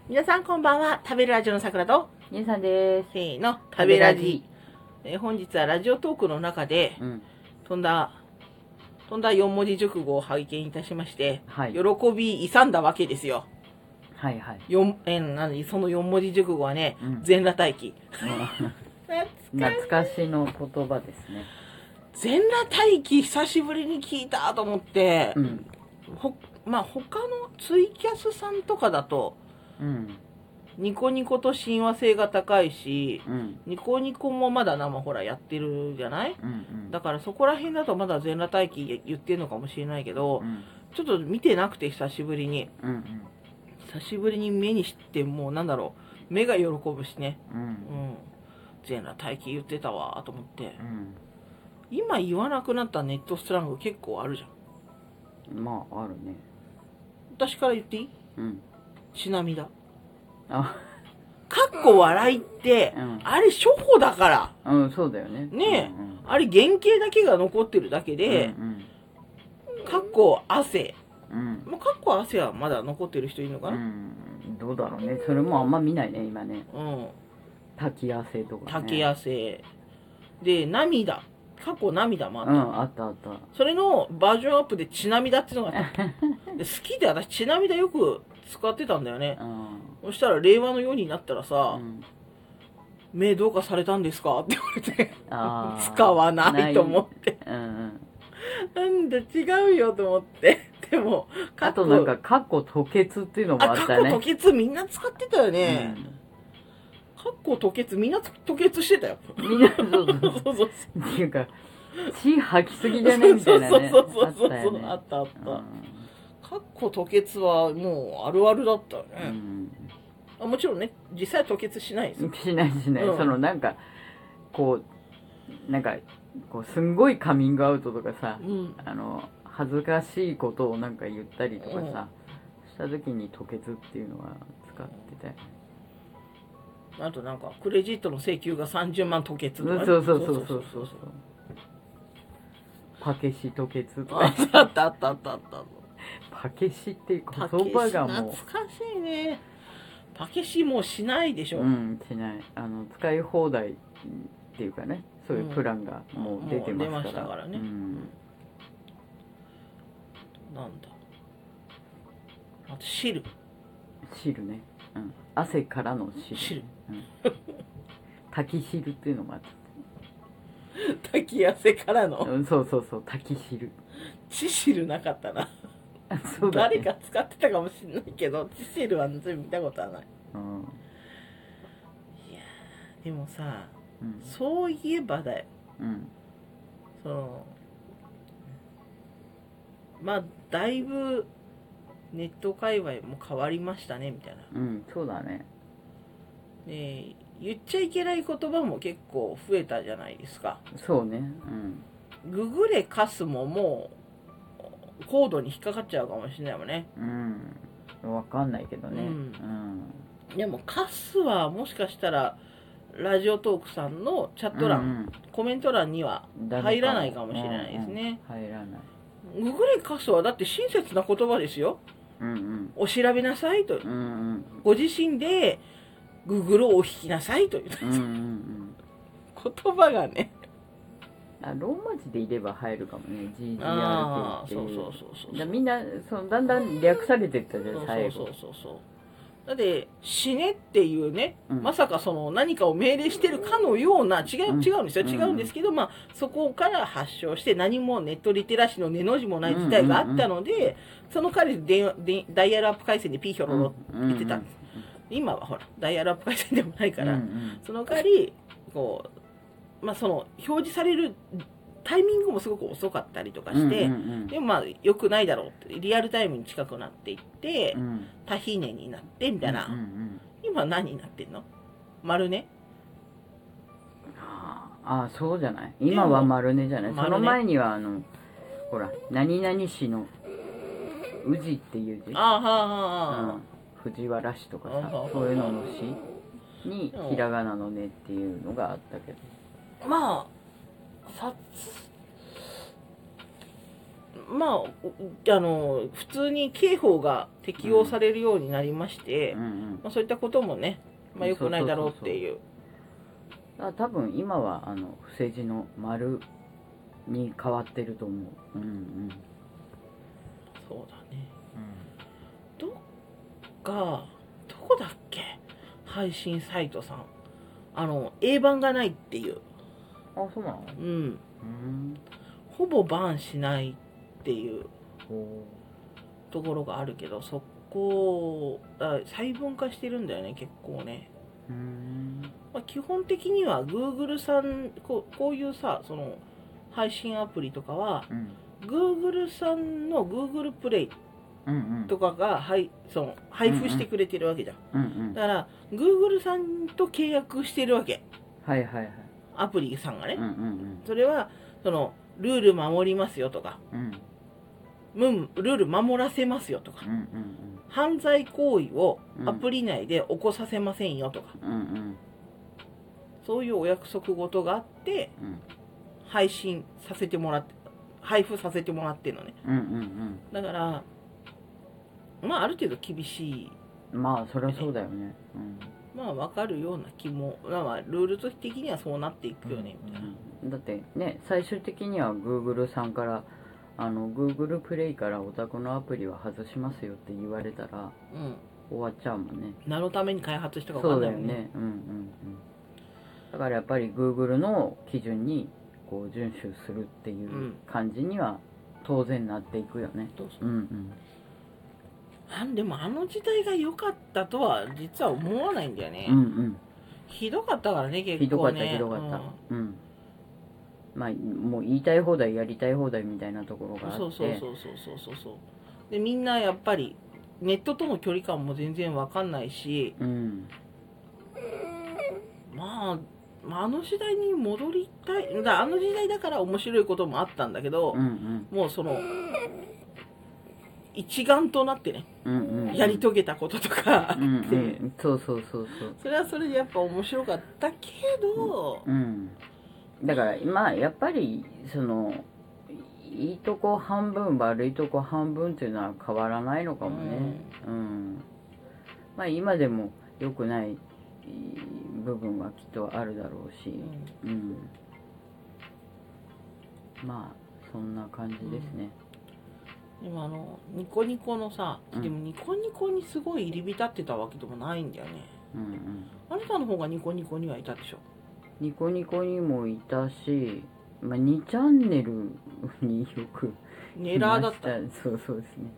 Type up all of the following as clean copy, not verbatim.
皆さんこんばんは。食べるラジオのさくらと、 姉さんです。 せーの、食べラジ。本日はラジオトークの中で、飛んだ4文字熟語を拝見いたしまして、 はい、 喜び勇んだわけですよ。 はいはい。 その4文字熟語はね、全裸待機。 懐かしの言葉ですね。 全裸待機久しぶりに聞いたと思って、他のツイキャスさんとかだと、ニコニコと親和性が高いし、ニコニコもまだ生ほらやってるじゃない、だからそこら辺だとまだ全裸待機言ってるのかもしれないけど、ちょっと見てなくて久しぶりに、久しぶりに目にしてもうなんだろう、目が喜ぶしね、全裸待機言ってたわと思って、今言わなくなったネットスラング結構あるじゃん。 まああるね。 私から言っていい？ちなみだ。 かっこ笑いって、あれ初歩だから。 そうだよね。 ねえ、あれ原型だけが残ってるだけで、かっこ汗。かっこ汗はまだ残ってる人いるのかな？ どうだろうね。それもあんま見ないね、今ね。滝汗とかね。 滝汗。で、涙。過去涙もあった。 あったあった。 それのバージョンアップで血涙っていうのがあった。で好きで私血涙よく使ってたんだよね。そしたら令和のようになったらさ、目どうかされたんですかって言われて使わないと思って。なんだ違うよと思って。でも、 あとなんか、かっこ吐血っていうのもあったよね。 かっこ吐血みんな使ってたよね。かっこ吐血みんな吐血してたよ。 みんな、そう。っていうか、血吐きすぎじゃねみたいなね。 あった。かっこ吐血はもうあるあるだったよね。もちろんね、実際吐血しないですよ。 しない。そのなんか、こう、すんごいカミングアウトとかさ、恥ずかしいことをなんか言ったりとかさ、した時に吐血っていうのは使ってたよ。 あとなんか、クレジットの請求が30万吐血とか、ね。 そう。パケシ吐血とか。 あった。 パケシっていう言葉がもう。 懐かしいね。パケシもうしないでしょ。 しない。使い放題っていうかね、そういうプランがもう出てますから。 出ましたからね。なんだ。あと汁ね。 汗からの汁。滝汁っていうのもあった。 滝汗からの。 そう滝汁。 血汁なかったな。 そうだね、 誰か使ってたかもしれないけど、血汁は全部見たことはない。いやでもさ、そういえばだよ。まあだいぶネット界隈も変わりましたねみたいな。 そうだね。 言っちゃいけない言葉も結構増えたじゃないですか。 そうね。 ググレカスももうコードに引っかかっちゃうかもしれないもんね。 わかんないけどね。 でもカスはもしかしたらラジオトークさんのチャット欄、コメント欄には入らないかもしれないですね。 入らない。 ググレカスはだって親切な言葉ですよ。お調べなさいと、ご自身でググルをお引きなさいという、言葉がね、 ローマ字でいれば入るかもね。GGRK っていう。そう。みんなだんだん略されてったじゃん、最後。 だって死ねっていうね、まさか何かを命令してるかのような違うんですよ。違うんですけど、そこから発祥して何もネットリテラシーの根の字もない時代があったので、その代わりダイヤルアップ回線でピーヒョロロって言ってたんです。今はほらダイヤルアップ回線でもないから、その代わりこう表示されるタイミングもすごく遅かったりとかして、でも良くないだろうってリアルタイムに近くなっていって、タヒネになってみたいな。今何になってんの？丸ね。 そうじゃない。今は丸ねじゃない。その前にはほら何々市の宇治っていう字。藤原市とかさ、そういうのの市にひらがなのねっていうのがあったけど。 まあ、普通に刑法が適用されるようになりまして、まあ、そういったこともね、まあ、良くないだろうっていう。 多分今は不正字の丸に変わってると思う。 そうだね。どこだっけ、配信サイトさん。英版がないっていう。 あ、そうなの？ ほぼバンしないっていうところがあるけど、そこ細分化してるんだよね、結構ね。まあ、基本的には Google さんこういうさ、その配信アプリとかは、Google さんの Google プレイとかがその配布してくれてるわけじゃん。だから Google さんと契約してるわけ。アプリさんがね。それはそのルール守りますよとか、ルール守らせますよとか、犯罪行為をアプリ内で起こさせませんよとか、そういうお約束事があって、配信させてもらって、配布させてもらってるのね。だからまあある程度厳しい。 まあそりゃそうだよね。 まあ分かるような気も、まあルール的にはそうなっていくよね、みたいな。 だってね、最終的には Google さんからGoogle プレイからオタクのアプリは外しますよって言われたら、終わっちゃうもんね。 何のために開発したか分かんないもんね。 そうだよね。だからやっぱり Google の基準にこう遵守するっていう感じには当然なっていくよね。 でも時代が良かったとは実は思わないんだよね。ひどかったからね、結構ね。 ひどかった。まあもう言いたい放題やりたい放題みたいなところがあって。そうでみんなやっぱりネットとの距離感も全然わかんないし、まあ時代に戻りたい。時代だから面白いこともあったんだけど、もうその一丸となってね、やり遂げたこととかあって、それはそれでやっぱ面白かったけど、 だから今やっぱりそのいいとこ半分悪いとこ半分っていうのは変わらないのかもね。まあ今でも良くない部分はきっとあるだろうし、まあそんな感じですね。 でもニコニコのさ、でもニコニコにすごい入り浸ってたわけでもないんだよね。あなたの方がニコニコにはいたでしょ。 ニコニコにもいたし、まあ、2チャンネルによくネラーだった。 そうですね。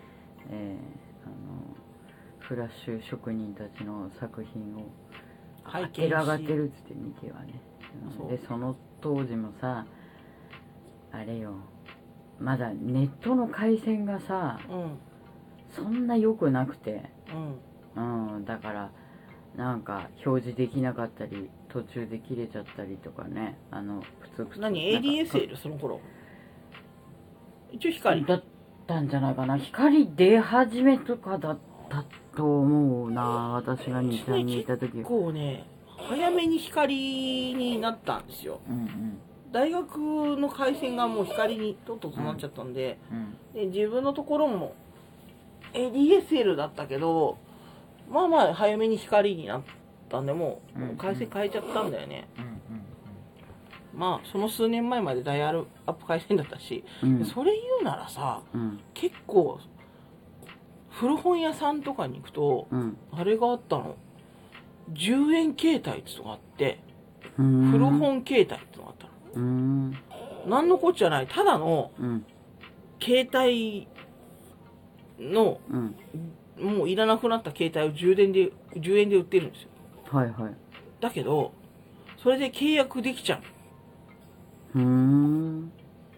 フラッシュ職人たちの作品を選がってるっつって見てはね。でその当時もさ、あれよ、まだネットの回線がさ、そんな良くなくて、だからなんか表示できなかったり途中で切れちゃったりとかね、普通何 ADSL その頃一応光だったんじゃないかな。光出始めとかだったと思うな、私が2ちゃんにいた時。 結構ね早めに光になったんですよ。大学の回線がもう光にとっととなっちゃったんで、で自分のところも ADSL だったけど、まあ早めに光になったんで、もう回線変えちゃったんだよね。まあその数年前までダイヤルアップ回線だったし、それ言うならさ、結構古本屋さんとかに行くと、あれがあったの、10円携帯ってのがあって、古本携帯ってのがあったの。何のこっちゃない、ただの携帯の、もういらなくなった携帯を10円で売ってるんですよ。だけどそれで契約できちゃう。も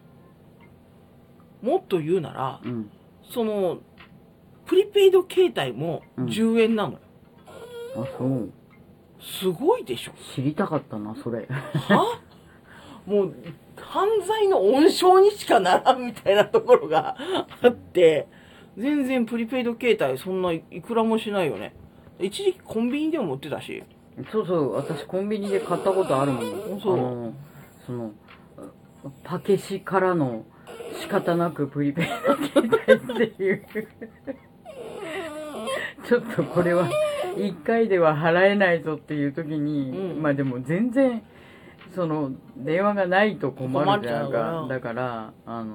っと言うなら、そのプリペイド携帯も10円なのよ。 あ、そう。 すごいでしょ。 知りたかったなそれ。 はもう犯罪の温床にしかならんみたいなところがあって、全然プリペイド携帯そんないくらもしないよね。一時期コンビニでも売ってたし。 そう、私コンビニで買ったことあるもん。そのパケシからの仕方なくプリペイド携帯っていうちょっとこれは1回では払えないぞっていう時に、まあでも全然その電話がないと困るじゃんか。だから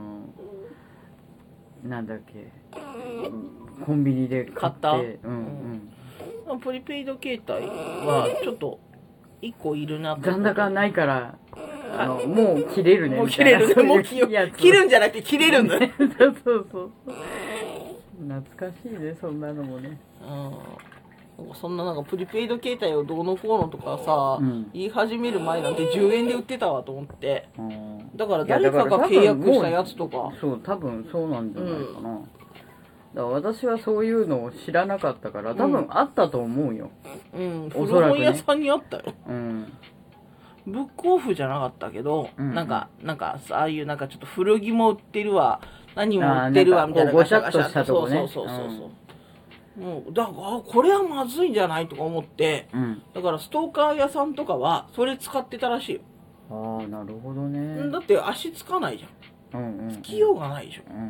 なんだっけ、コンビニで買って、 プリペイド携帯はちょっと1個いるなって。 残高ないからもう切れるねみたいな。もう切れるね。もう切るんじゃなくて切れるんだね。 そうそうそう。懐かしいね、そんなのもね。 そんななんかプリペイド携帯をどうのこうのとかさ、言い始める前なんて10円で売ってたわと思って。だから誰かが契約したやつとか。 そう、多分そうなんじゃないかな。だから私はそういうのを知らなかったから、多分あったと思うよ。 古本屋さんにあったよ。ブックオフじゃなかったけど、なんかああいうなんかちょっと古着も売ってるわ、何も売ってるわみたいなガシャガシャしたとこね。 そう。もうだからこれはまずいんじゃないとか思って、だからストーカー屋さんとかはそれ使ってたらしいよ。 ああ、なるほどね。 だって足つかないじゃん。つきようがないじゃん。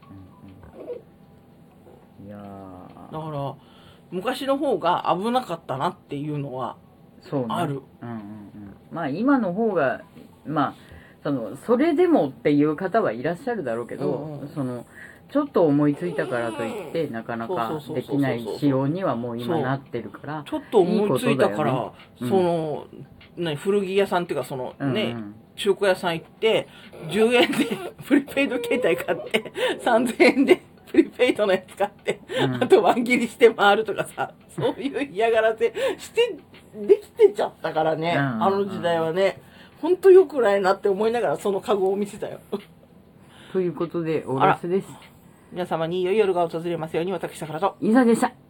いやだから昔の方が危なかったなっていうのはある。 まあ今の方がまあそれでもっていう方はいらっしゃるだろうけど、ちょっと思いついたからといってなかなかできない仕様にはもう今なってるから、 ちょっと思いついたから古着屋さんっていうか中古屋さん行って10円でプリペイド携帯買って3000円でプリペイドのやつ買って、あとワン切りして回るとかさ、そういう嫌がらせしてできてちゃったからね、あの時代はね。ほんと良くないなって思いながらそのカゴを見せたよ。 ということでおろすです。 皆様に良い夜が訪れますように、私、さくらといざでした。